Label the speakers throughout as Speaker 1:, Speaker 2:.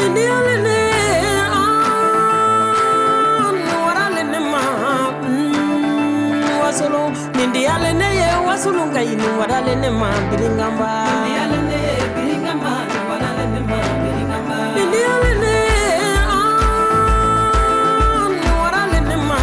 Speaker 1: Wasulunga inu wadale ne ma biringamba Indiale ne biringamba wadale ne ma biringamba Indiale ne wadale ne ma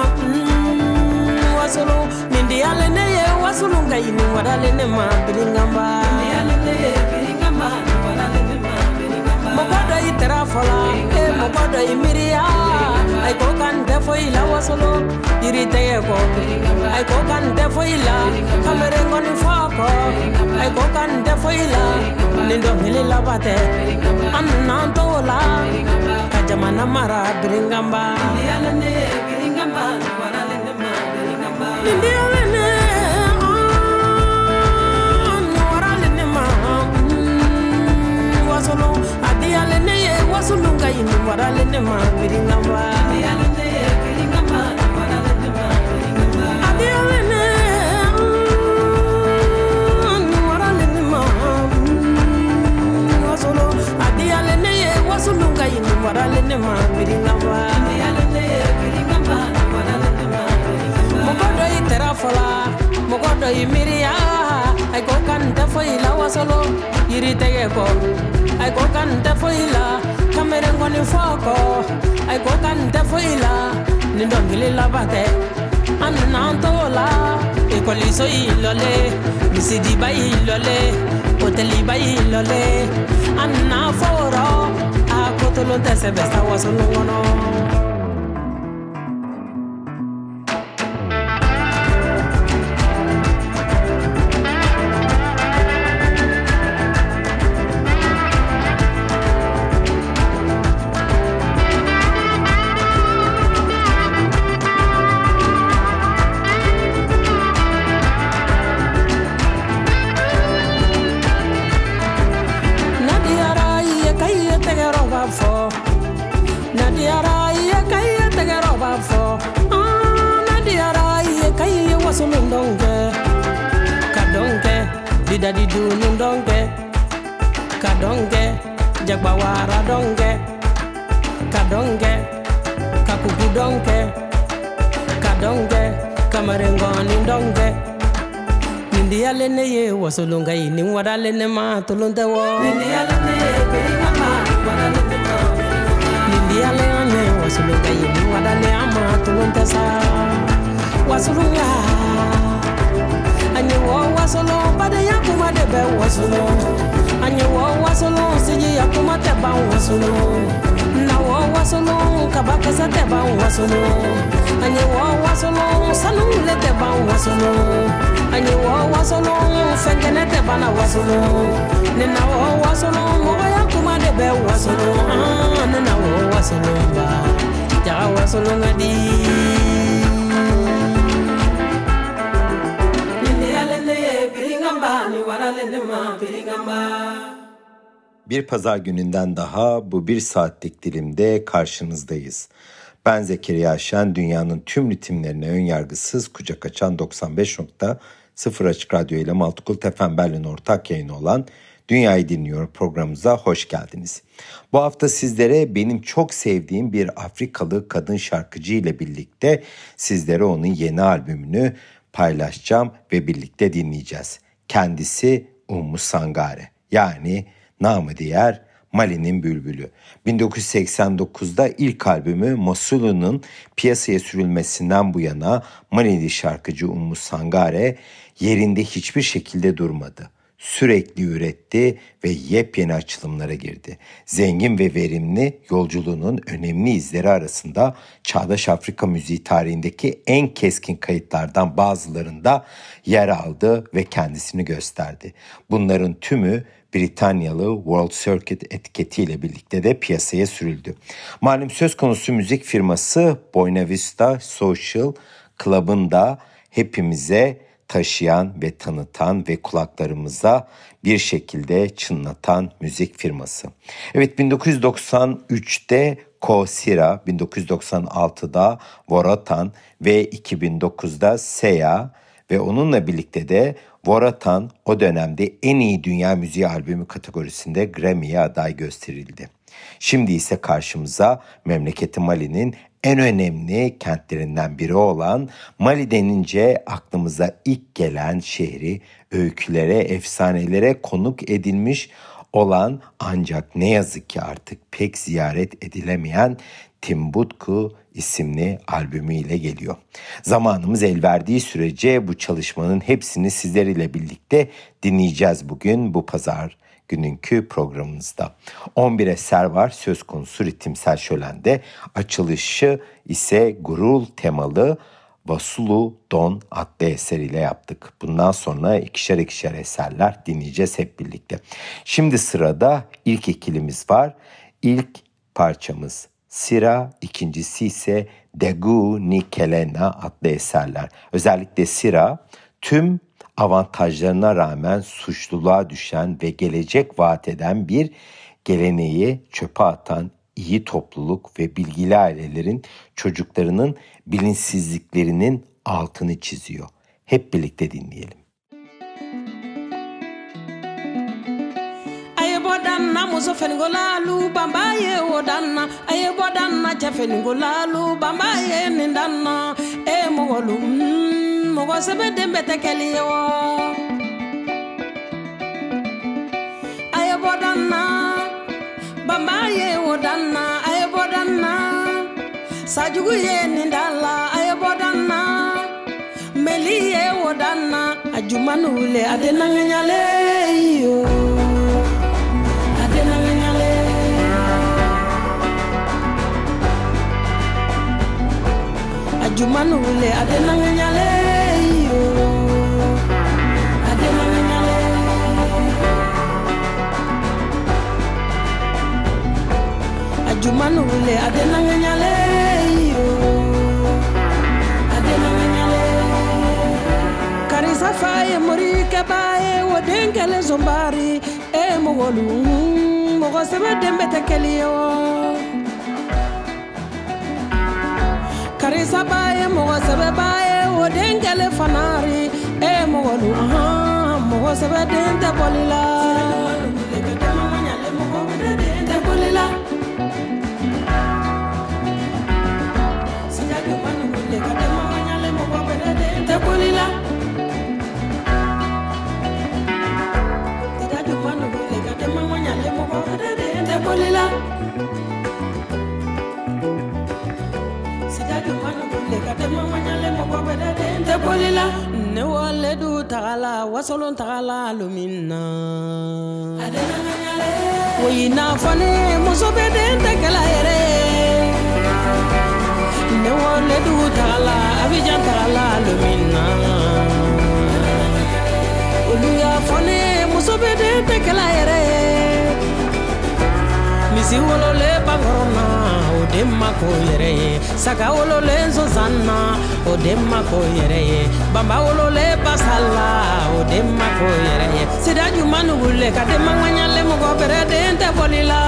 Speaker 1: wasulu Indiale ne wasulunga inu wadale ne ma biringamba Indiale ne biringamba wadale ne ma biringamba Mokodo itera fola mokodo imiria ay ko kan defo ila wasulu irite ko ay ko kan defo ila kamere ngoni foko ay ko kan defo ila nindo hilila bate annanto la kajamana mara biringamba ndiale ne biringamba warale ne ma biringamba ndiale ne warale ne ma wasulu adiale ne wasulu ngai ni warale ne ma biringamba ndiale ne biringamba warale ne ma biringamba adiale ne warale ne ma wasulu adiale ne wasulu ngai ni warale ne ma biringamba ndiale ne biringamba warale ne ma biringamba mokodo itera fola mokodo imiria ay ko kan defo ila wasulu irite ko ay ko kan defo ila kamere ngoni foko ay ko kan defo ila nindo ngilila bate annantola e koliso ilole misidi bay ilole hoteli bay ilole anna foro akotolo tese besta wasulu ngono Dadi du nundonge kadonge jagbawara donge kadonge kakuku donge kadonge kamarengoni donge Nindiale ne ye wasulunga ini wadale ne ma tulunte wo Nindiale ne biringamba wadale ne ma Nindiale ne wasulunga ini wadale ama tulunte sa wasulunga Anyi wo wasolo bade yakuma debe wasolo Anyi wo wasolo siji yakuma teba wasolo Na wo wasolo kabakasa teba wasolo Anyi wo wasolo sanule teba wasolo Anyi wo wasolo fengene teba na wasolo Nena wo wasolo mogo yakuma debe wasolo Nena wo wasolo ba Jaga wasolo ngadi
Speaker 2: Bir pazar gününden daha bu bir saatlik dilimde karşınızdayız. Ben Zekeriya Şen, dünyanın tüm ritimlerine önyargısız kucak açan 95.0 Açık Radyo ile Maltıkult FM Berlin ortak yayını olan Dünyayı Dinliyor programımıza hoş geldiniz. Bu hafta sizlere benim çok sevdiğim bir Afrikalı kadın şarkıcı ile birlikte sizlere onun yeni albümünü paylaşacağım ve birlikte dinleyeceğiz. Kendisi Oumou Sangaré, yani namı diğer Mali'nin bülbülü. 1989'da ilk albümü Mosulu'nun piyasaya sürülmesinden bu yana Malili şarkıcı Oumou Sangaré yerinde hiçbir şekilde durmadı. Sürekli üretti ve yepyeni açılımlara girdi. Zengin ve verimli yolculuğunun önemli izleri arasında çağdaş Afrika müziği tarihindeki en keskin kayıtlardan bazılarında yer aldı ve kendisini gösterdi. Bunların tümü Britanyalı World Circuit etiketiyle birlikte de piyasaya sürüldü. Malum söz konusu müzik firması Buena Vista Social Club'ın da hepimize taşıyan ve tanıtan ve kulaklarımıza bir şekilde çınlatan müzik firması. Evet, 1993'te Kosira, 1996'da Vorotan ve 2009'da Seya Ve onunla birlikte de Voratan o dönemde en iyi dünya müziği albümü kategorisinde Grammy'ye aday gösterildi. Şimdi ise karşımıza memleketi Mali'nin en önemli kentlerinden biri olan, Mali denince aklımıza ilk gelen şehri öykülere, efsanelere konuk edilmiş olan ancak ne yazık ki artık pek ziyaret edilemeyen Timbuktu isimli albümüyle geliyor. Zamanımız el verdiği sürece bu çalışmanın hepsini sizler ile birlikte dinleyeceğiz bugün bu pazar gününkü programımızda. 11 eser var söz konusu ritimsel şölende. Açılışı ise gurul temalı Vasulu Don adlı eseriyle yaptık. Bundan sonra ikişer ikişer eserler dinleyeceğiz hep birlikte. Şimdi sırada ilk ikilimiz var. İlk parçamız Sira, ikincisi ise Degu Ni Kelena adlı eserler. Özellikle Sira tüm avantajlarına rağmen suçluluğa düşen ve gelecek vaat eden bir geleneği çöpe atan iyi topluluk ve bilgili ailelerin çocuklarının bilinçsizliklerinin altını çiziyor. Hep birlikte dinleyelim.
Speaker 1: Bodanna muso fenigolalu bambaye odanna aye bodanna cha fenigolalu bambaye nindanna e mogolu mogo sebe dembe tekeliyo aye bodanna bambaye odanna aye bodanna sajugu ye nindala aye bodanna meliye odanna ajumanule adenanganyale yo Jumanule adenanganyale yo adenanganyale Jumanule adenanganyale yo adenanganyale Karisa faye morike bae wodenkele zombari e mogolu mogo sebe dembe tekeliyo Karisa baye mogo sebe baye o dengele fanari e mogolu mogo sebe dente bolila dente bolila sija de manu le kade mamanyale mogo bede dente bolila sija de manu le kade mamanyale mogo bede dente bolila ne wale du tagala wasolon tagala lumina woyina fane muso be den tekela yere ne wale du tagala abijan tagala lumina oluya fane muso be den tekela yere misi wolole bangorona o demma ko yere saka wolole nzozana o demma ko yere bamba wolole basala o demma ko yere sida jumanu wulle ka demma nganyale mo go bere dente bolila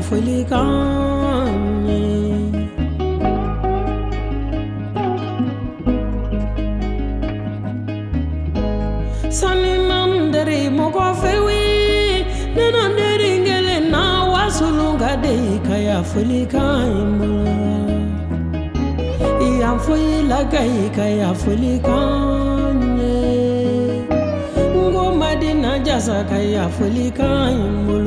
Speaker 1: folikanye saninam dere moko fewi nanandere ngele na wasulunga de kaya folikanye Iam foi la kaya folikanye Ngoma dina jasa kaya folikanye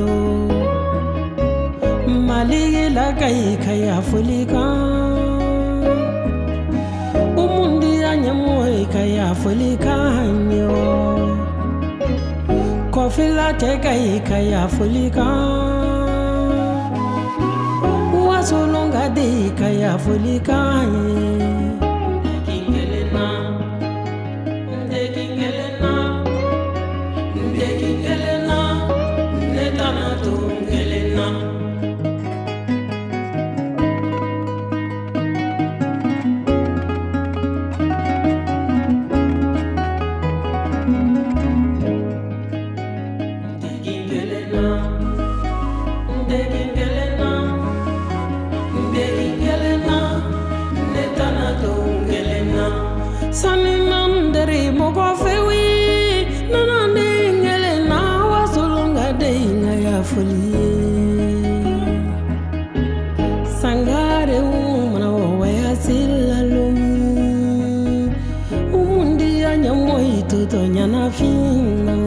Speaker 1: Maligi la kaya folikanye Umundi anyamoy kaya folikanye Kofila te kaya folikanye Wasolonga de kaya folikanye Saninam dere moko fewi nanande ngele na wasolonga de ngaya folie Sangare umana waya silalumi Umundi anyamoy toto nyana fina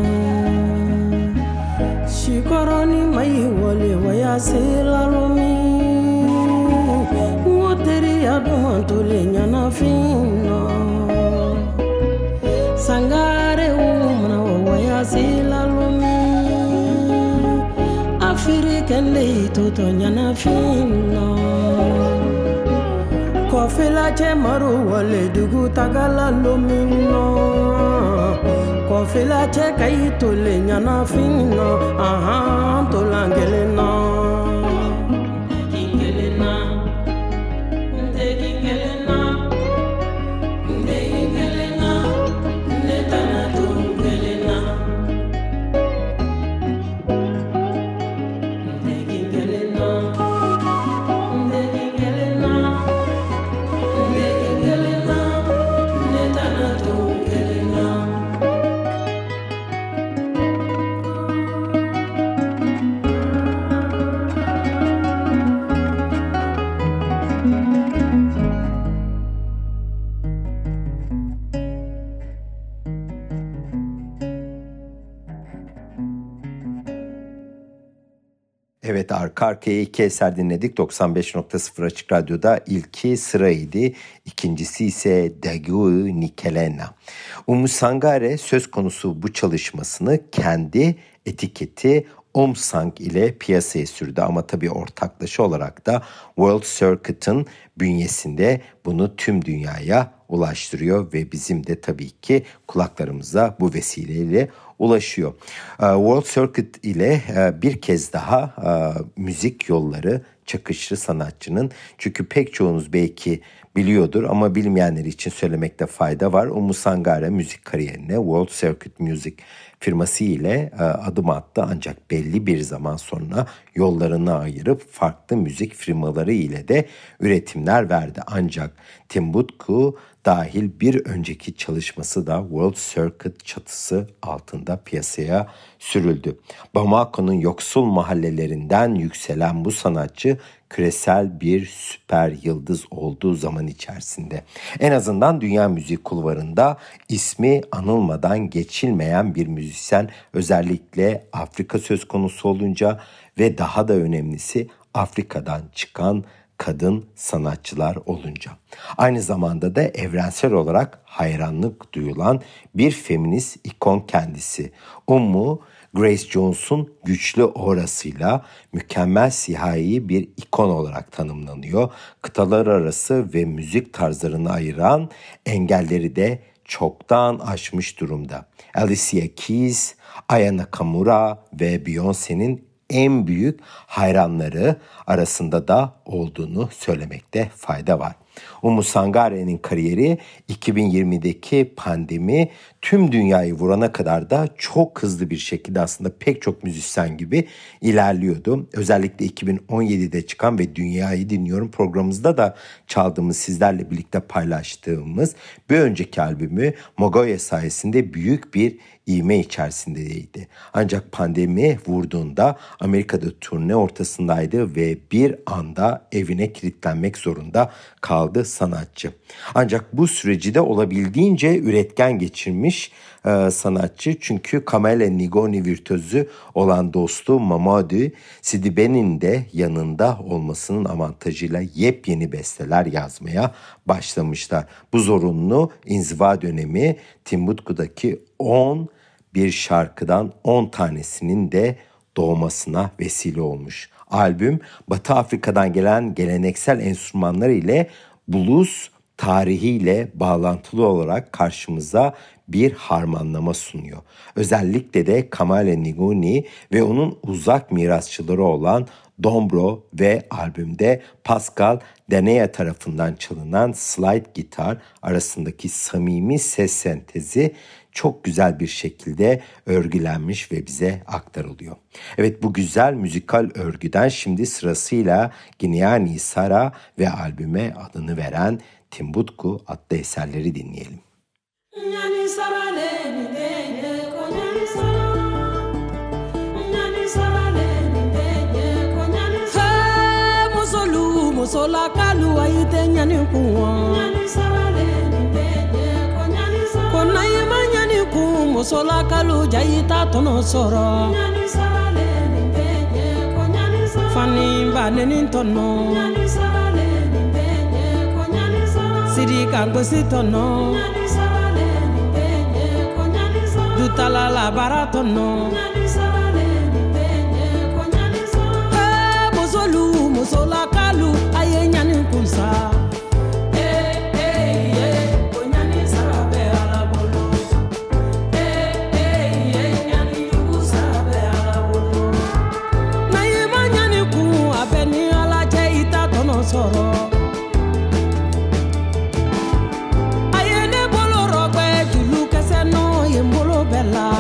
Speaker 1: Shikoroni mai wale waya silalumi Ngoteri adon tole nyana fina Sangare umana waya silalumi African day toto nyana fina Kofila che maru wale dugu tagala lumino Kofila che kai tole nyana fina aha tolangelena
Speaker 2: Evet, arka arkaya iki eser dinledik. 95.0 Açık Radyo'da ilki Sıra'ydı. İkincisi ise Dagu Nikelena. Sangare söz konusu bu çalışmasını kendi etiketi Omsang ile piyasaya sürdü. Ama tabii ortaklaşa olarak da World Circuit'ın bünyesinde bunu tüm dünyaya ulaştırıyor ve bizim de tabii ki kulaklarımıza bu vesileyle ulaşıyor. World Circuit ile bir kez daha müzik yolları çakıştı sanatçının. Çünkü pek çoğunuz belki biliyordur ama bilmeyenler için söylemekte fayda var. Sangare müzik kariyerine World Circuit Music firması ile adım attı, ancak belli bir zaman sonra yollarını ayırıp farklı müzik firmaları ile de üretimler verdi. Ancak Timbuktu dahil bir önceki çalışması da World Circuit çatısı altında piyasaya sürüldü. Bamako'nun yoksul mahallelerinden yükselen bu sanatçı küresel bir süper yıldız olduğu zaman içerisinde en azından dünya müziği kulvarında ismi anılmadan geçilmeyen bir müzisyen, özellikle Afrika söz konusu olunca ve daha da önemlisi Afrika'dan çıkan kadın sanatçılar olunca. Aynı zamanda da evrensel olarak hayranlık duyulan bir feminist ikon kendisi. Grace Jones'un güçlü aurasıyla mükemmel siyahi bir ikon olarak tanımlanıyor. Kıtalar arası ve müzik tarzlarını ayıran engelleri de çoktan aşmış durumda. Alicia Keys, Aya Nakamura ve Beyoncé'nin en büyük hayranları arasında da olduğunu söylemekte fayda var. Umut Sangare'nin kariyeri 2020'deki pandemi tüm dünyayı vurana kadar da çok hızlı bir şekilde aslında pek çok müzisyen gibi ilerliyordu. Özellikle 2017'de çıkan ve Dünyayı Dinliyorum programımızda da çaldığımız, sizlerle birlikte paylaştığımız bir önceki albümü Mogoye sayesinde büyük bir ivme içerisindeydi. Ancak pandemi vurduğunda Amerika'da turne ortasındaydı ve bir anda evine kilitlenmek zorunda kaldı sanatçı. Ancak bu süreci de olabildiğince üretken geçirmiş sanatçı. Çünkü Kamele Ngoni virtüözü olan dostu Mamadou Sidibe'nin de yanında olmasının avantajıyla yepyeni besteler yazmaya başlamışlar. Bu zorunlu inziva dönemi Timbuktu'daki 10 bir şarkıdan 10 tanesinin de doğmasına vesile olmuş. Albüm Batı Afrika'dan gelen geleneksel enstrümanlar ile blues tarihiyle bağlantılı olarak karşımıza bir harmanlama sunuyor. Özellikle de Kamale Ngoni ve onun uzak mirasçıları olan Dombro ve albümde Pascal Denea tarafından çalınan slide gitar arasındaki samimi ses sentezi çok güzel bir şekilde örgülenmiş ve bize aktarılıyor. Evet, bu güzel müzikal örgüden şimdi sırasıyla Ginyani Sara ve albüme adını veren Timbuktu adlı eserleri dinleyelim.
Speaker 1: Musola kalu ayite nyani kuwa kona yema nyani ku musola kalu jayita tono soro fani baneni tono siri kangosi tono dutala la baratono musola kalu aye nyani kunsa konyani sarabe ala bolo nyani yugu sarabe ala bolo na yema nyani ku abeni ala je ita tono soro aye ne bolo rogbe julu kese no ye mbolo bella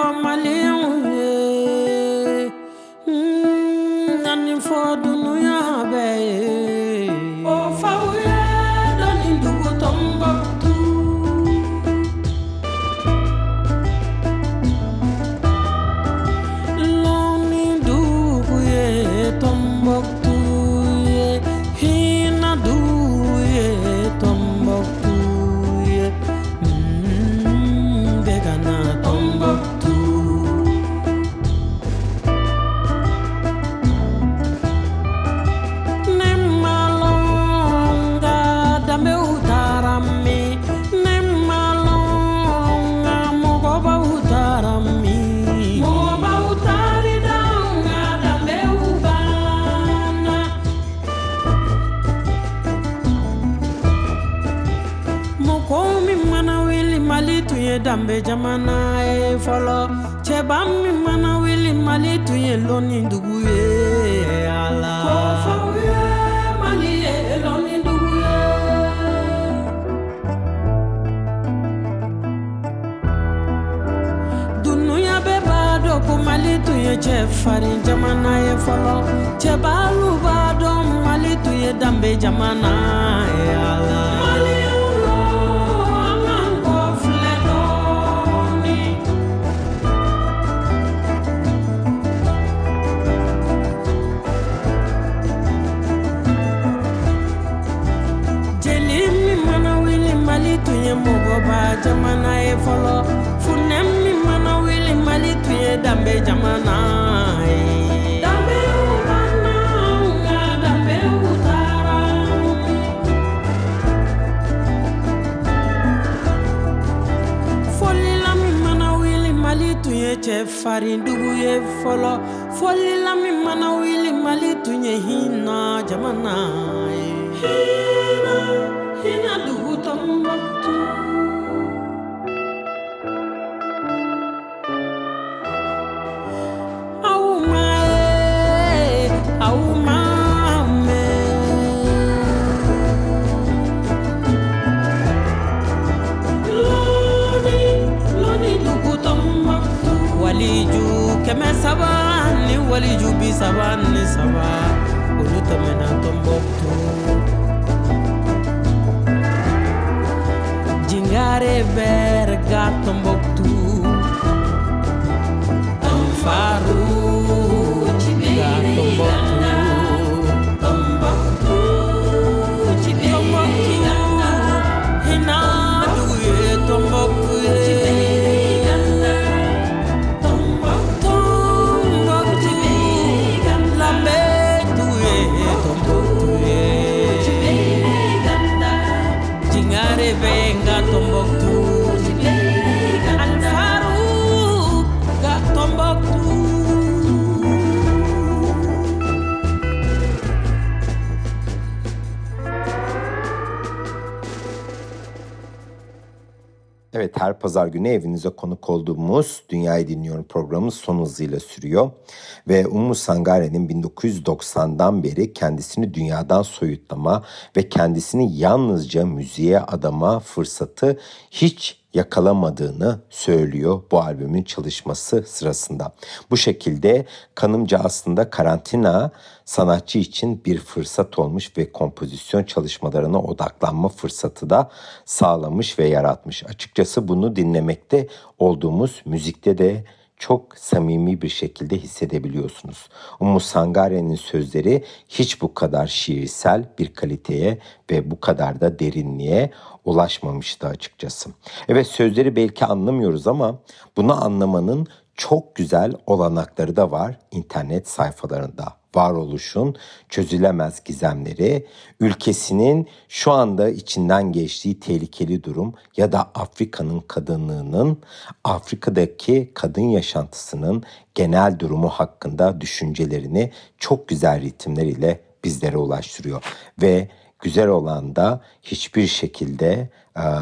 Speaker 1: Nani fo dunuya be o fawye doni dugu Tombouctou loni dugu ye Tombouctou ye hina dugu ye Tombouctou ye begana Tombouctou dambe jamana e folo cheba mi mana wili mali tuye loni ndugu ye ala ko fawye mali e loni ndugu ye dunuya beba do ko mali tuye chefari jamana e folo cheba luba do mali tuye dambe jamana e ala mali mogoba jamana e folo funem mi mana wili mali tuye dambe jamana e dambe ubana nga dambe utara foli la mi mana wili mali tuye chefari ndugu ye folo foli la mi mana wili mali tuye hina jamana e hina dugu Tombouctou waliju keme sabani waliju bi sabani saba olu tamena Tombouctou jingare berga Tombouctou faru ga Tombouctou hina duye Tombouctou venga Tombouctou Alfaru ga Tombouctou.
Speaker 2: Evet, her pazar günü evinize konuk olduğumuz Dünyayı Dinliyorum programımız son hızıyla sürüyor. Ve Ummu Sangare'nin 1990'dan beri kendisini dünyadan soyutlama ve kendisini yalnızca müziğe adama fırsatı hiç yakalamadığını söylüyor bu albümün çalışması sırasında. Bu şekilde kanımca aslında karantina sanatçı için bir fırsat olmuş ve kompozisyon çalışmalarına odaklanma fırsatı da sağlamış ve yaratmış. Açıkçası bunu dinlemekte olduğumuz müzikte de çok samimi bir şekilde hissedebiliyorsunuz. Ummu Sangare'nin sözleri hiç bu kadar şiirsel bir kaliteye ve bu kadar da derinliğe ulaşmamıştı açıkçası. Evet, sözleri belki anlamıyoruz ama bunu anlamanın çok güzel olanakları da var internet sayfalarında. Varoluşun çözülemez gizemleri, ülkesinin şu anda içinden geçtiği tehlikeli durum ya da Afrika'nın kadınlığının, Afrika'daki kadın yaşantısının genel durumu hakkında düşüncelerini çok güzel ritimler ile bizlere ulaştırıyor. Ve güzel olan da hiçbir şekilde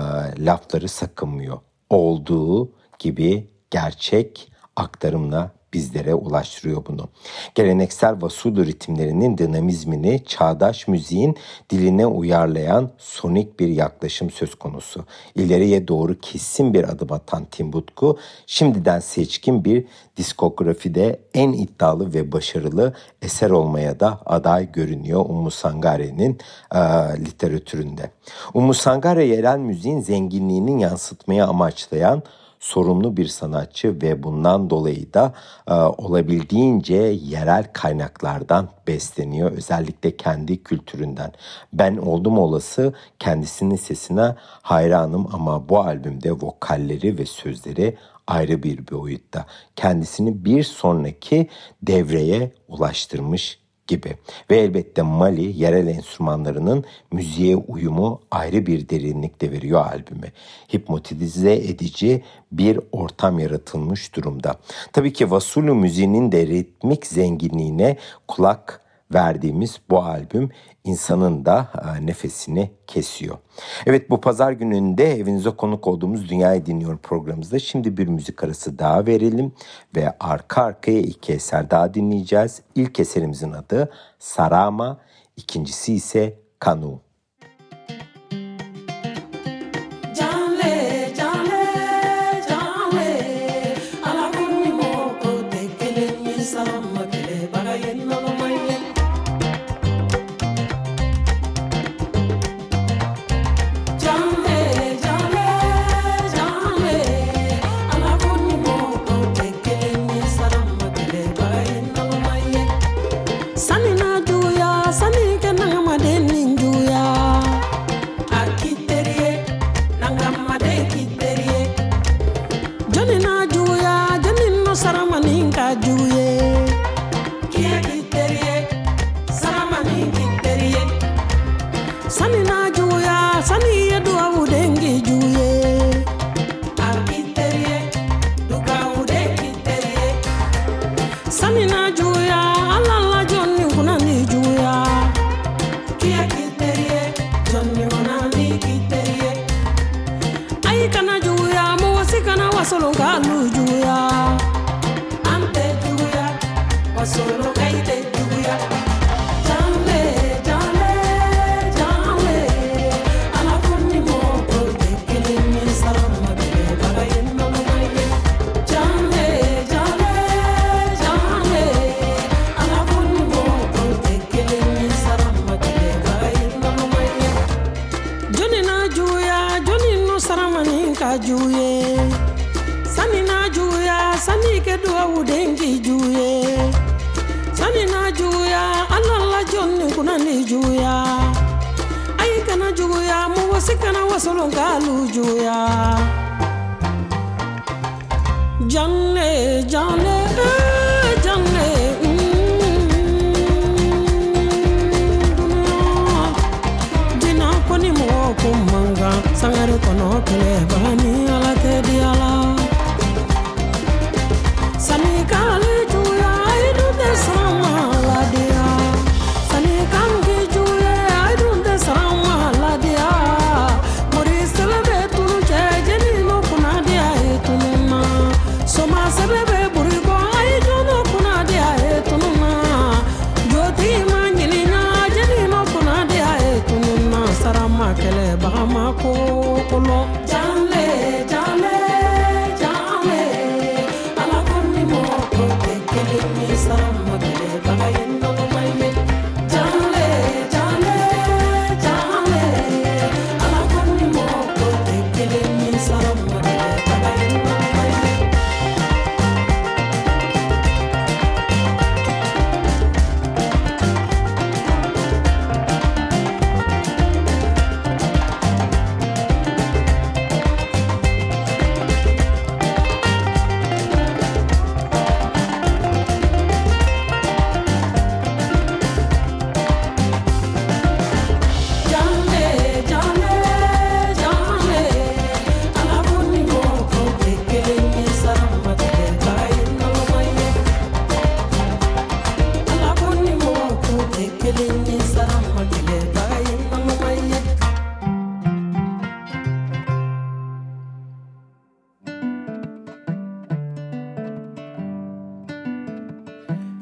Speaker 2: lafları sakınmıyor. Olduğu gibi gerçek aktarımla bizlere ulaştırıyor bunu. Geleneksel vasulu ritimlerinin dinamizmini çağdaş müziğin diline uyarlayan sonik bir yaklaşım söz konusu. İleriye doğru kesin bir adım atan Timbuktu, şimdiden seçkin bir diskografide en iddialı ve başarılı eser olmaya da aday görünüyor Oumou Sangare'nin literatüründe. Oumou Sangare yerel müziğin zenginliğini yansıtmaya amaçlayan sorumlu bir sanatçı ve bundan dolayı da olabildiğince yerel kaynaklardan besleniyor. Özellikle kendi kültüründen. Ben oldum olası kendisinin sesine hayranım ama bu albümde vokalleri ve sözleri ayrı bir boyutta. Kendisini bir sonraki devreye ulaştırmış gibi. Ve elbette Mali yerel enstrümanlarının müziğe uyumu ayrı bir derinlik de veriyor albüme. Hipnotize edici bir ortam yaratılmış durumda. Tabii ki Vasulu müziğinin de ritmik zenginliğine kulak verdiğimiz bu albüm insanın da nefesini kesiyor. Evet, bu pazar gününde evinize konuk olduğumuz Dünyayı Dinliyorum programımızda şimdi bir müzik arası daha verelim ve arka arkaya iki eser daha dinleyeceğiz. İlk eserimizin adı Sarama, ikincisi ise Kanu.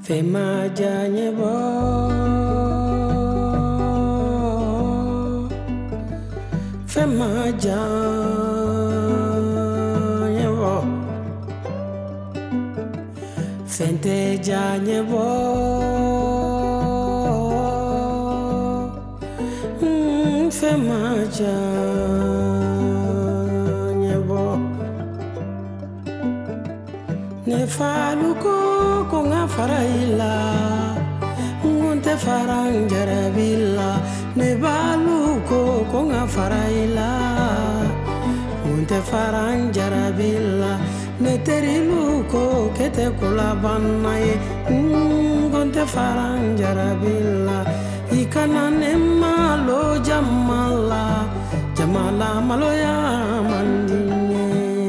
Speaker 1: Fema janye bo Fema janye bo Fente janye bo Fema janye bo Ne faluko konga faraila Ngunte farang jarabila Ne baluko konga faraila Ngunte farang jarabila Ne teriluko kete kula banaye Ngunte farang jarabila Ikana ne malo jamala Jamala malo ya mandine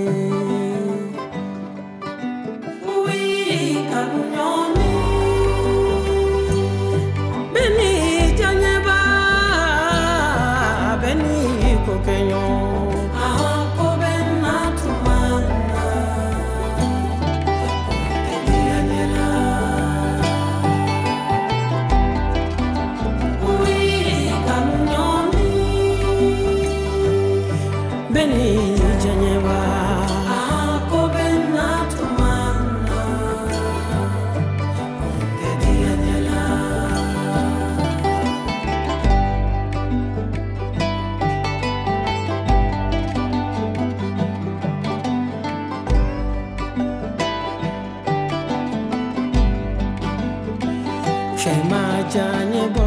Speaker 1: Fema janye bo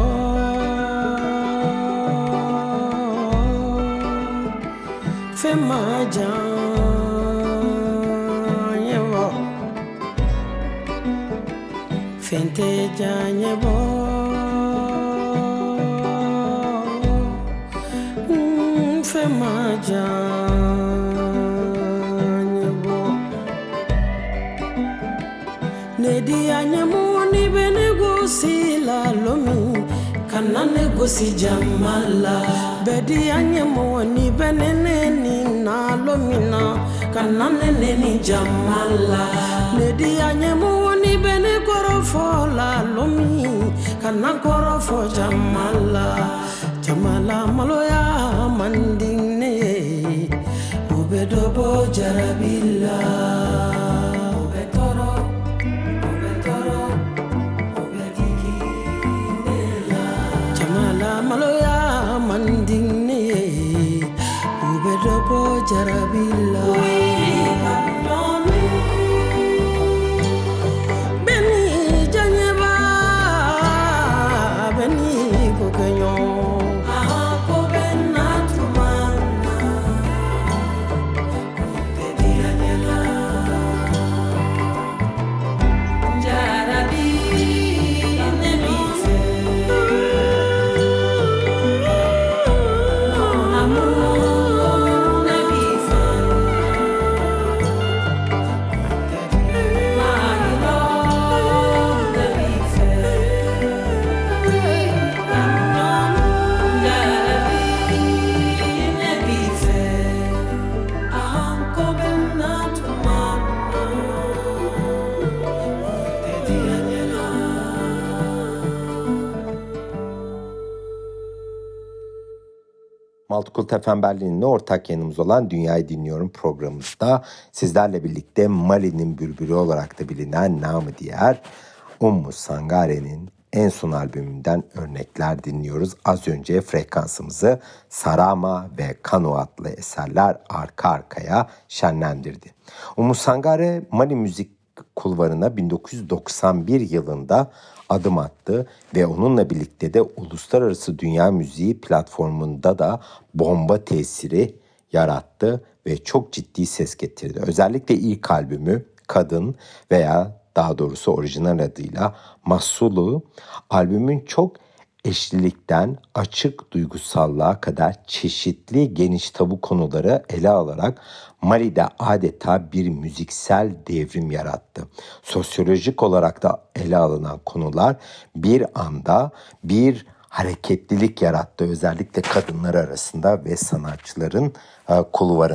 Speaker 1: Fema janye bo Fente janye bo Fema janye bo Nedi anye mo ni bene sila lomi kanane gosi jamala bedi anyemo ni benene ni na lomina kanane ni jamala bedi anyemo ni bene korofo la lomi kanan korofo jamala jamala maloya mandine obedobo jarabila maloya mandine ubedobo jarabila beni janyeba beni kokenyo ko benatumana bedi anyela jarabi
Speaker 2: Multicult FM Berlin'le ortak yanımız olan Dünyayı Dinliyorum programımızda sizlerle birlikte Mali'nin bülbülü olarak da bilinen namı diğer Oumou Sangare'nin en son albümünden örnekler dinliyoruz. Az önce frekansımızı Sarama ve Kano adlı eserler arka arkaya şenlendirdi. Oumou Sangare Mali müzik kulvarına 1991 yılında adım attı ve onunla birlikte de uluslararası dünya müziği platformunda da bomba tesiri yarattı ve çok ciddi ses getirdi. Özellikle ilk albümü Kadın veya daha doğrusu orijinal adıyla Masulu, albümün çok eşlilikten açık duygusallığa kadar çeşitli geniş tabu konuları ele alarak Mali'de adeta bir müziksel devrim yarattı. Sosyolojik olarak da ele alınan konular bir anda bir hareketlilik yarattı. Özellikle kadınlar arasında ve sanatçıların kulvarında.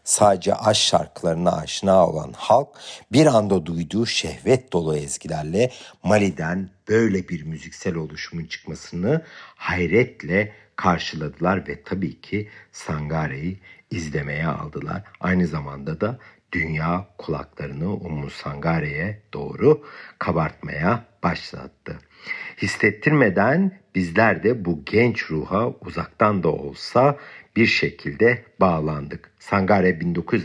Speaker 2: Sadece aşk şarkılarına aşina olan halk bir anda duyduğu şehvet dolu ezgilerle Mali'den böyle bir müziksel oluşumun çıkmasını hayretle karşıladılar ve tabii ki Sangare'yi izlemeye aldılar. Aynı zamanda da dünya kulaklarını Ummu Sangare'ye doğru kabartmaya başlattı. Hissettirmeden bizler de bu genç ruha uzaktan da olsa bir şekilde bağlandık. Sangare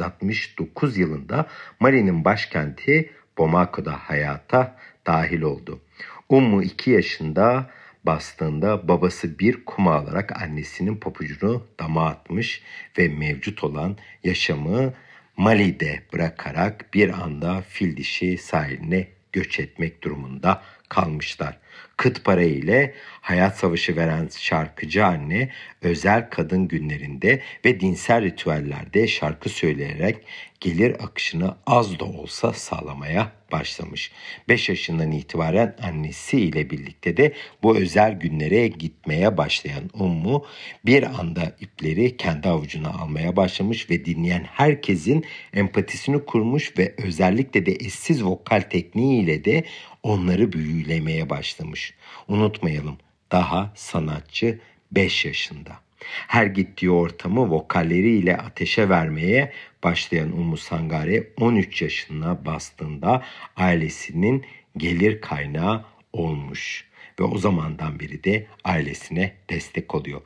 Speaker 2: 1969 yılında Mali'nin başkenti Bamako'da hayata dahil oldu. Ummu 2 yaşında bastığında babası bir kuma alarak annesinin papucunu dama atmış ve mevcut olan yaşamı Mali'de bırakarak bir anda fil dişi sahiline göç etmek durumunda kalmışlar. Kıt para ile hayat savaşı veren şarkıcı anne özel kadın günlerinde ve dinsel ritüellerde şarkı söyleyerek gelir akışını az da olsa sağlamaya başlamış. 5 yaşından itibaren annesi ile birlikte de bu özel günlere gitmeye başlayan Ummu bir anda ipleri kendi avucuna almaya başlamış ve dinleyen herkesin empatisini kurmuş ve özellikle de eşsiz vokal tekniğiyle de onları büyülemeye başlamış. Unutmayalım, daha sanatçı 5 yaşında. Her gittiği ortamı vokalleriyle ateşe vermeye başlayan Ummu Sangare 13 yaşına bastığında ailesinin gelir kaynağı olmuş ve o zamandan beri de ailesine destek oluyor.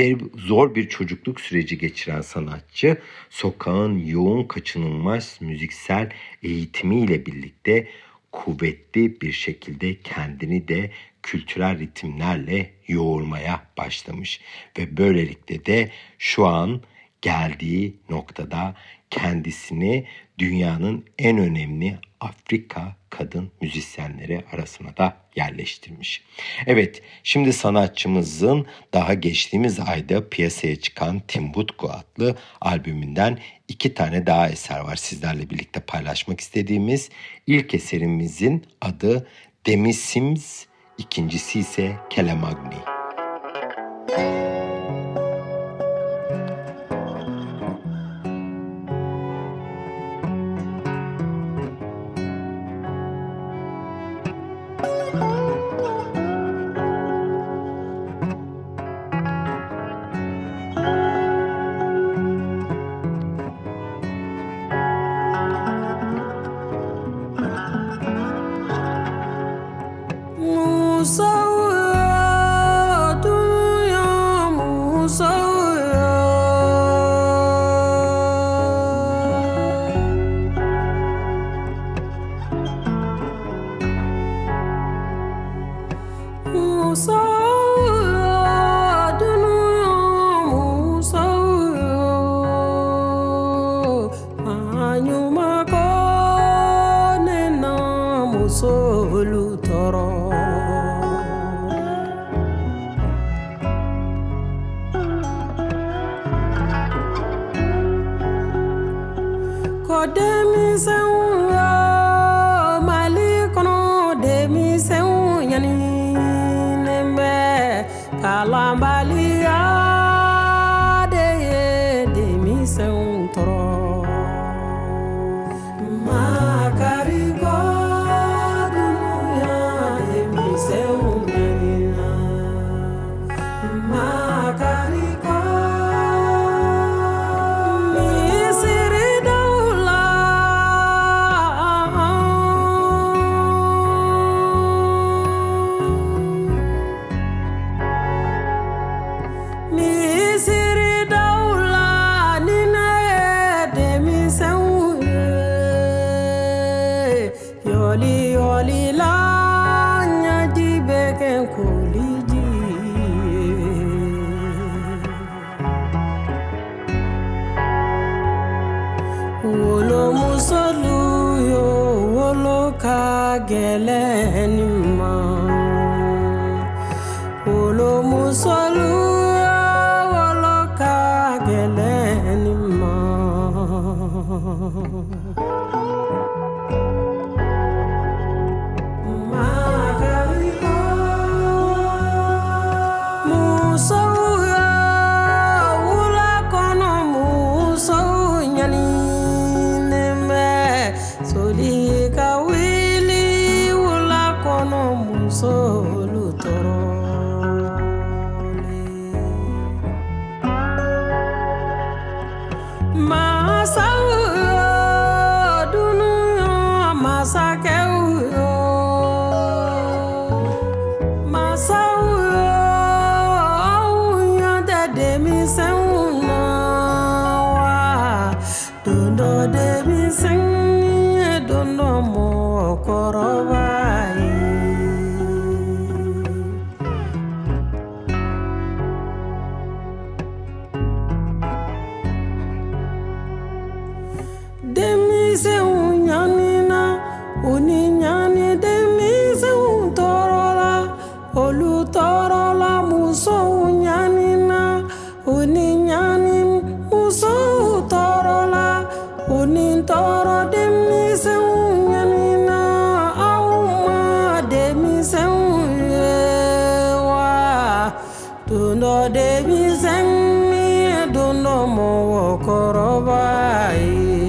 Speaker 2: Zor bir çocukluk süreci geçiren sanatçı sokağın yoğun kaçınılmaz müziksel eğitimiyle birlikte kuvvetli bir şekilde kendini de kültürel ritimlerle yoğurmaya başlamış ve böylelikle de şu an geldiği noktada kendisini dünyanın en önemli Afrika kadın müzisyenleri arasına da yerleştirmiş. Evet, şimdi sanatçımızın daha geçtiğimiz ayda piyasaya çıkan Timbuktu adlı albümünden 2 tane daha eser var sizlerle birlikte paylaşmak istediğimiz. İlk eserimizin adı Demi Sims, ikincisi ise Kelemagni.
Speaker 1: Musa, ula kono Musa, nyani musolu tɔɔrɔ masaw dunuya masakɛw masaw aw ɲɛ tɛ denmisɛnw na wa don dɔ denmisɛn ye don dɔ mɔgɔkɔrɔba ye denmisɛnw ɲanina u ni ɲani denmisɛnw tɔɔrɔla olu tɔɔrɔla musow ɲanina u ni ɲani musow tɔɔrɔla u ni tɔɔrɔ denmisɛnw ɲanina aw ma denmisɛnw ye wa don dɔ denmisɛn ye don dɔ mɔgɔkɔrɔba ye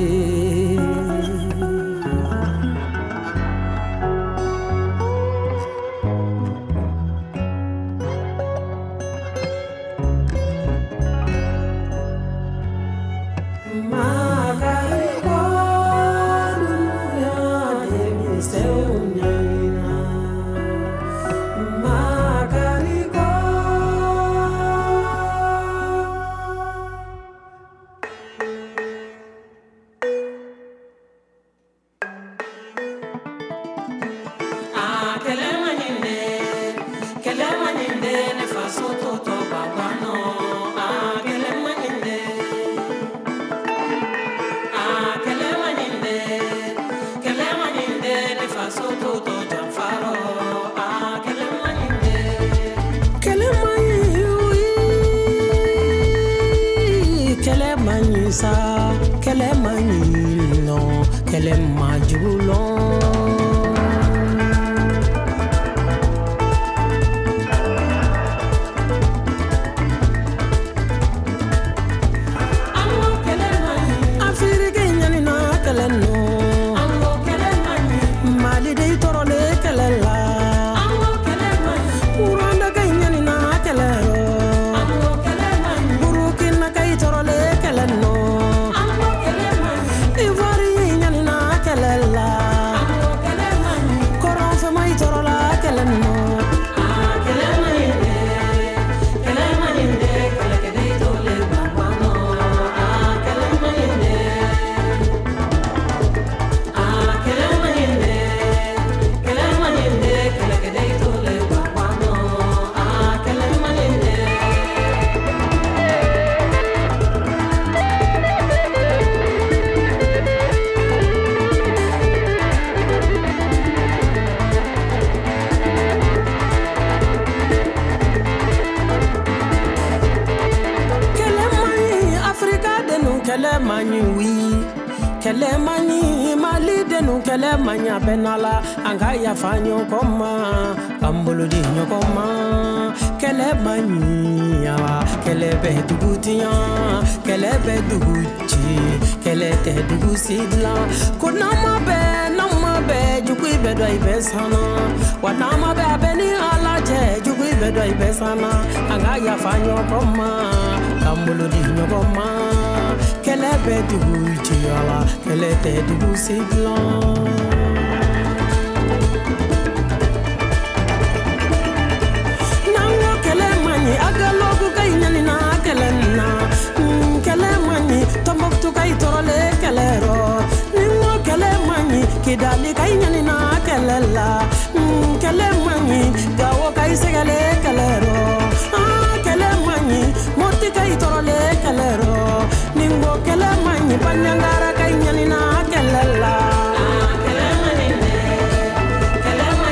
Speaker 1: kɛlɛ man ɲi nɔ kɛlɛ ma jugu lɔn afiriki ɲanina kɛlɛ nɔ mali de tɔrɔle kɛlɛ la urandaka ɲanina kɛlɛ burukina ka tɔrɔle kɛlɛ nɔ kɛlɛ man ɲi wi kɛlɛ man ɲi mali denu kɛlɛ man ɲi a bɛɛ na la an ka yafa ɲɔgɔn ma k'an bolo di ɲɔgɔn ma kɛlɛ man ɲi awa kɛlɛ bɛ dugu tiɲɛ kɛlɛ bɛ dugu ci kɛlɛ tɛ dugu si dilan ko n'an ma bɛɛ jugu i bɛ dɔ i bɛ sanna wa n'an ma bɛɛ a bɛ ni ala cɛ jugu i bɛ dɔ i bɛ sanna an ka yafa ɲɔgɔn ma k'an bolo di ɲɔgɔn ma kɛlɛ bɛ dugu ciya la kɛlɛ tɛ dugu si dilan n'an ko kɛlɛ man ɲi agalogu ka ɲi ɲanina kɛlɛ na kɛlɛ man ɲi tɔnbɔkutu ka ɲi tɔrɔle kɛlɛ rɔ ni n ko kɛlɛ man ɲi kidali ka ɲi ɲanina kɛlɛ la kɛlɛ man ɲi gawo ka ɲi sɛgɛle kɛlɛ rɔ kɛlɛ man ɲi moti ka ɲi tɔrɔle kɛlɛ rɔ ni n ko kɛlɛ man ɲi baɲangara ka ɲi ɲanina kɛlɛ la kɛlɛ man ɲi dɛ kɛlɛ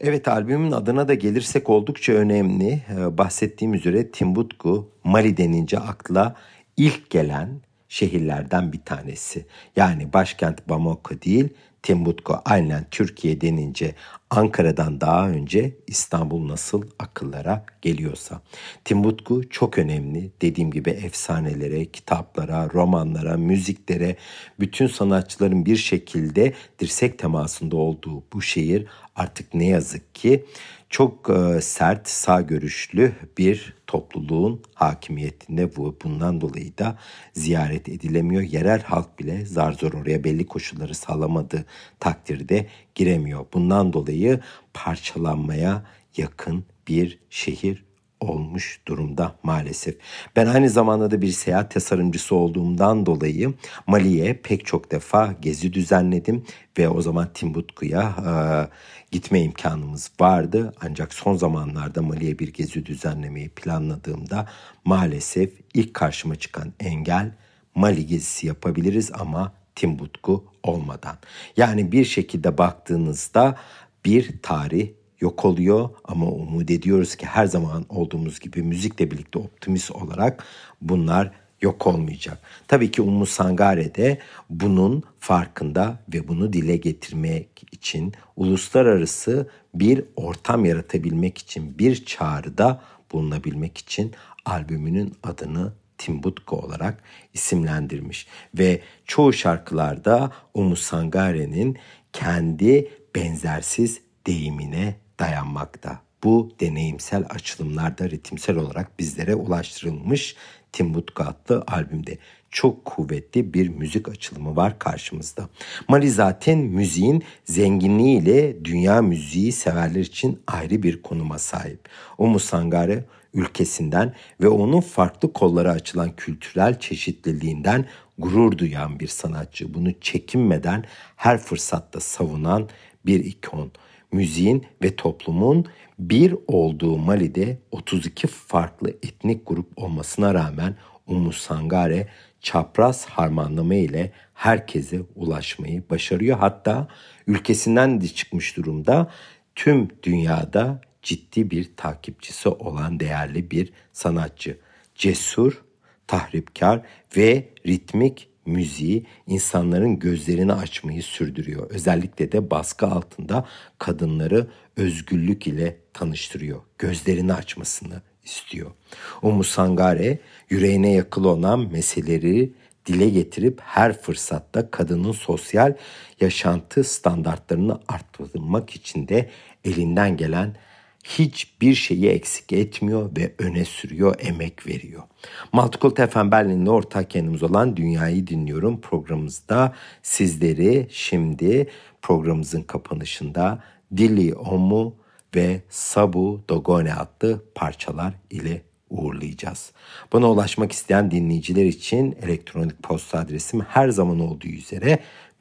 Speaker 2: Evet, albümün adına da gelirsek oldukça önemli. Bahsettiğim üzere Timbuktu, Mali denince akla ilk gelen şehirlerden bir tanesi. Yani başkent Bamako değil, Timbuktu. Aynen Türkiye denince Ankara'dan daha önce İstanbul nasıl akıllara geliyorsa. Timbuktu çok önemli. Dediğim gibi efsanelere, kitaplara, romanlara, müziklere, bütün sanatçıların bir şekilde dirsek temasında olduğu bu şehir artık ne yazık ki çok sert, sağ görüşlü bir topluluğun hakimiyetinde, bundan dolayı da ziyaret edilemiyor. Yerel halk bile zar zor oraya belli koşulları sağlamadığı takdirde giremiyor. Bundan dolayı parçalanmaya yakın bir şehir olmuş durumda maalesef. Ben aynı zamanda da bir seyahat tasarımcısı olduğumdan dolayı Mali'ye pek çok defa gezi düzenledim ve o zaman Timbuktu'ya gitme imkanımız vardı. Ancak son zamanlarda Mali'ye bir gezi düzenlemeyi planladığımda maalesef ilk karşıma çıkan engel Mali gezisi yapabiliriz ama Timbuktu olmadan. Yani bir şekilde baktığınızda bir tarih yok oluyor ama umut ediyoruz ki her zaman olduğumuz gibi müzikle birlikte optimist olarak bunlar yok olmayacak. Tabii ki Oumou Sangaré de bunun farkında ve bunu dile getirmek için, uluslararası bir ortam yaratabilmek için, bir çağrıda bulunabilmek için albümünün adını Timbuktu olarak isimlendirmiş. Ve çoğu şarkılarda Oumou Sangaré'nin kendi benzersiz deyimine dayanmakta. Bu deneyimsel açılımlarda ritimsel olarak bizlere ulaştırılmış. Timbuktu adlı albümde çok kuvvetli bir müzik açılımı var karşımızda. Mali zaten müziğin zenginliğiyle dünya müziği severler için ayrı bir konuma sahip. Oumou Sangaré ülkesinden ve onun farklı kollara açılan kültürel çeşitliliğinden gurur duyan bir sanatçı. Bunu çekinmeden her fırsatta savunan bir ikon. Müziğin ve toplumun bir olduğu Mali'de 32 farklı etnik grup olmasına rağmen Oumou Sangaré çapraz harmanlama ile herkese ulaşmayı başarıyor. Hatta ülkesinden de çıkmış durumda, tüm dünyada ciddi bir takipçisi olan değerli bir sanatçı. Cesur, tahripkar ve ritmik müziği insanların gözlerini açmayı sürdürüyor. Özellikle de baskı altında kadınları özgürlük ile tanıştırıyor. Gözlerini açmasını istiyor. Oumou Sangaré yüreğine yakın olan meseleleri dile getirip her fırsatta kadının sosyal yaşantı standartlarını arttırmak için de elinden gelen hiçbir şeyi eksik etmiyor ve öne sürüyor, emek veriyor. Multicult FM Berlin'le ortak yayınımız olan Dünyayı Dinliyorum programımızda sizleri şimdi programımızın kapanışında Dili Oumou ve Sabu Dogone adlı parçalar ile uğurlayacağız. Bana ulaşmak isteyen dinleyiciler için elektronik posta adresim her zaman olduğu üzere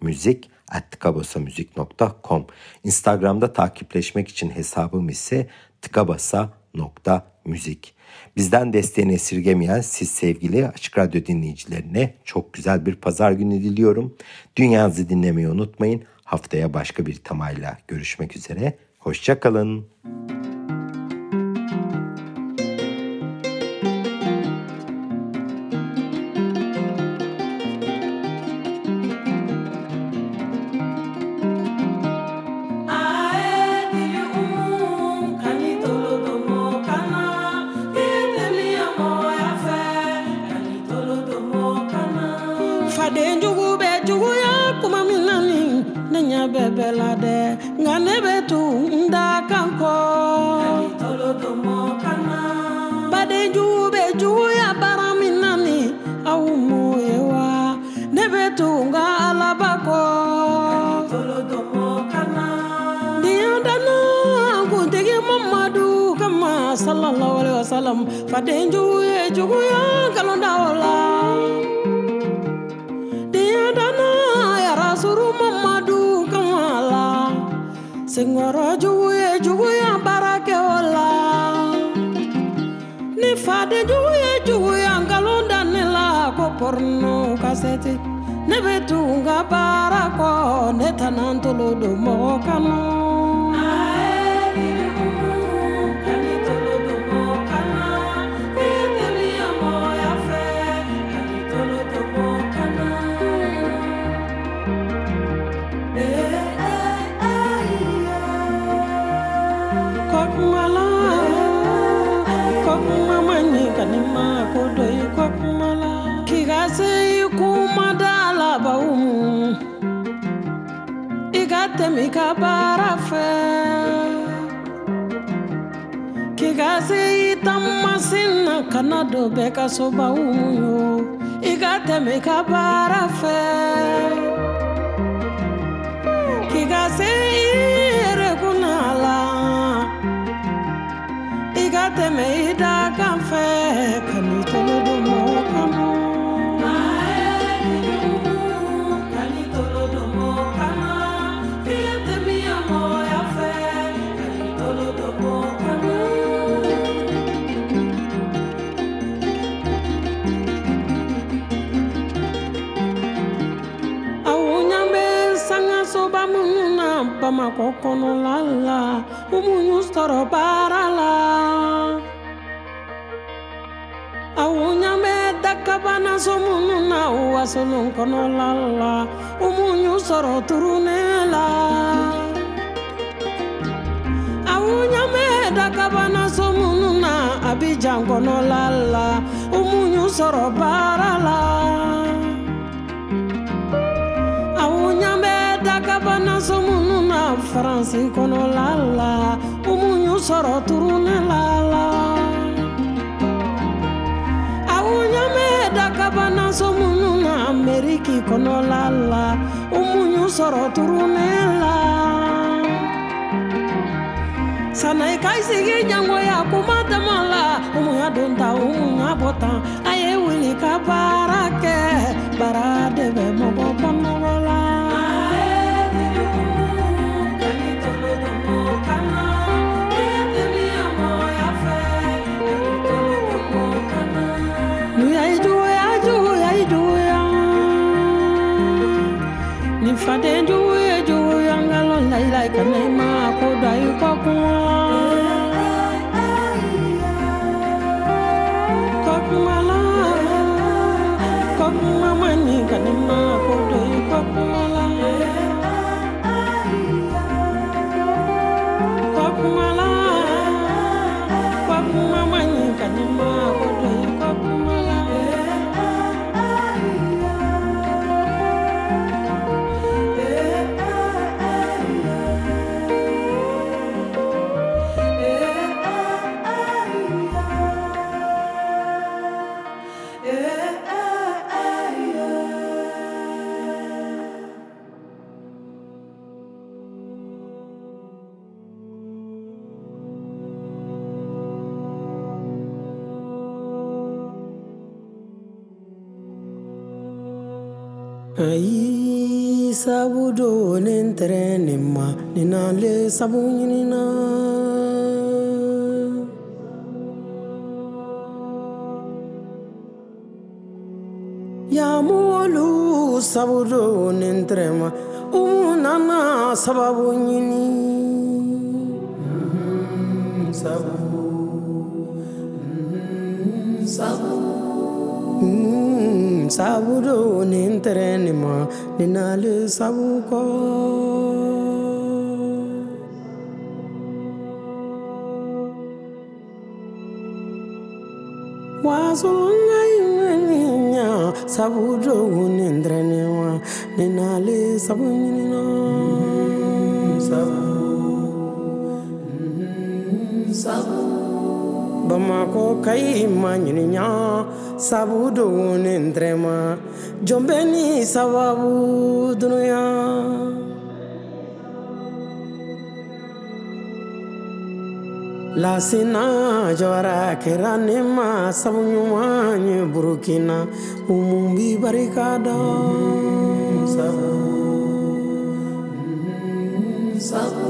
Speaker 2: müzik@tikabasamüzik.com. Instagram'da takipleşmek için hesabım ise tikabasa.müzik. Bizden desteğini esirgemeyen siz sevgili Açık Radyo dinleyicilerine çok güzel bir pazar günü diliyorum. Dünyanızı dinlemeyi unutmayın. Haftaya başka bir temayla görüşmek üzere. Hoşça kalın.
Speaker 1: Sallallahu alaihi wasallam fadenju ye juguya kalonda wala dia dana ya rasulu Muhammadu kamala singoro juguya barake wala ni fadenju ye juguya kalonda nela ko porno kasete ne betunga barako ne tanantolo do mokano. kumala kigase kumadala baumu igate mikabara fe kigase tamasina kanado beka so baumu yo igate mikabara fe kigase rekunala igate meida kanfe kanitolo do mokano kanitolo do mokano igate mi amoya fe kanitolo do mokano awunyambe sanga soba mununa bama kokono lala umunyu storo barala awunyambe dakabana somununa uwasolun kono lala umunyu storo turunela awunyambe dakabana somununa abijan kono lala umunyu storo barala awunyambe dakabana somununa faransi kono lala umunyu soro turune lala awunyambe dakabana somununa ameriki kono lala umunyu soro turune la sanai kaisigi jango ya kumata mala umunya donta umunya bota aye wili kabarake barade be mobo kono la Fade juya ngalon lai kanai ma ko dai ko kumala ko mama ni kanai ma ko dai ko kumala ko kumala ko mama ni kanai ma ko dai ko kumala Ai sabudo nentrene ma ninale sabunyina ya molu sabudo nentrema unana sababunyini sabudo nentrene ma ninale sabuko wasulungai nya sabudo nentrene ma ninale sabunyina sabu Bamako kai manynya sabudo nentrema jombeni sababu dunia la sina jawara keranema sabunyumanye burkina umumbi barikada sabu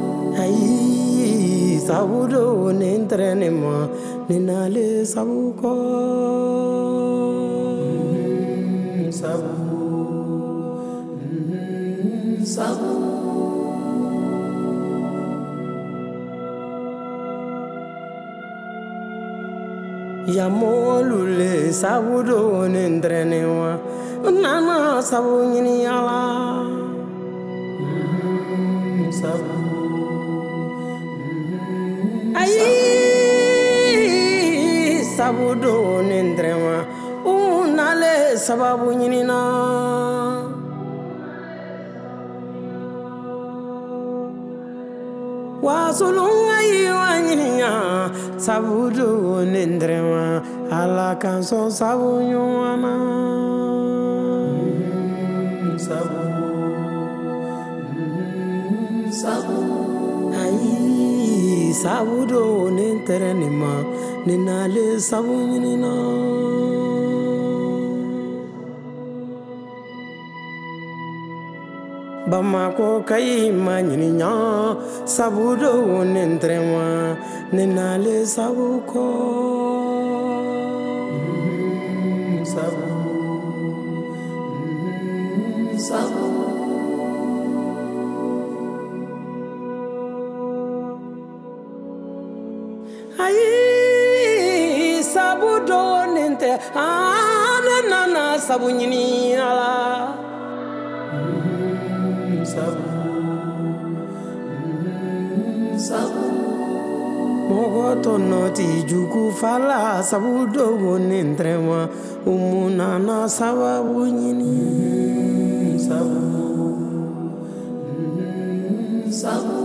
Speaker 1: ai sabudo nentrema ninale sabuko sabu Yamolule sabudo nendrenewa nana sabu nyini ala sabu ayi sabudo nendrema sababu ɲinina wasulunga yiwa ɲiniya sabu dogo ne ndrema ala kan sɔn sabu ɲuwana sabu ayi sabu dogo ne ntɛrɛnima ne nale sabu ɲinina Bamako kayi ma ɲininya sabu dogo ne ntɛrɛma ne nale sabu kɔ sabu sabu ayi sabu dogo ne ntɛ ne nana sabu ɲini ala sabu mɔgɔ tɔnɔ ti jugu fala sabu dogo ne ntɛrɛma umu nana sababu ɲini sabu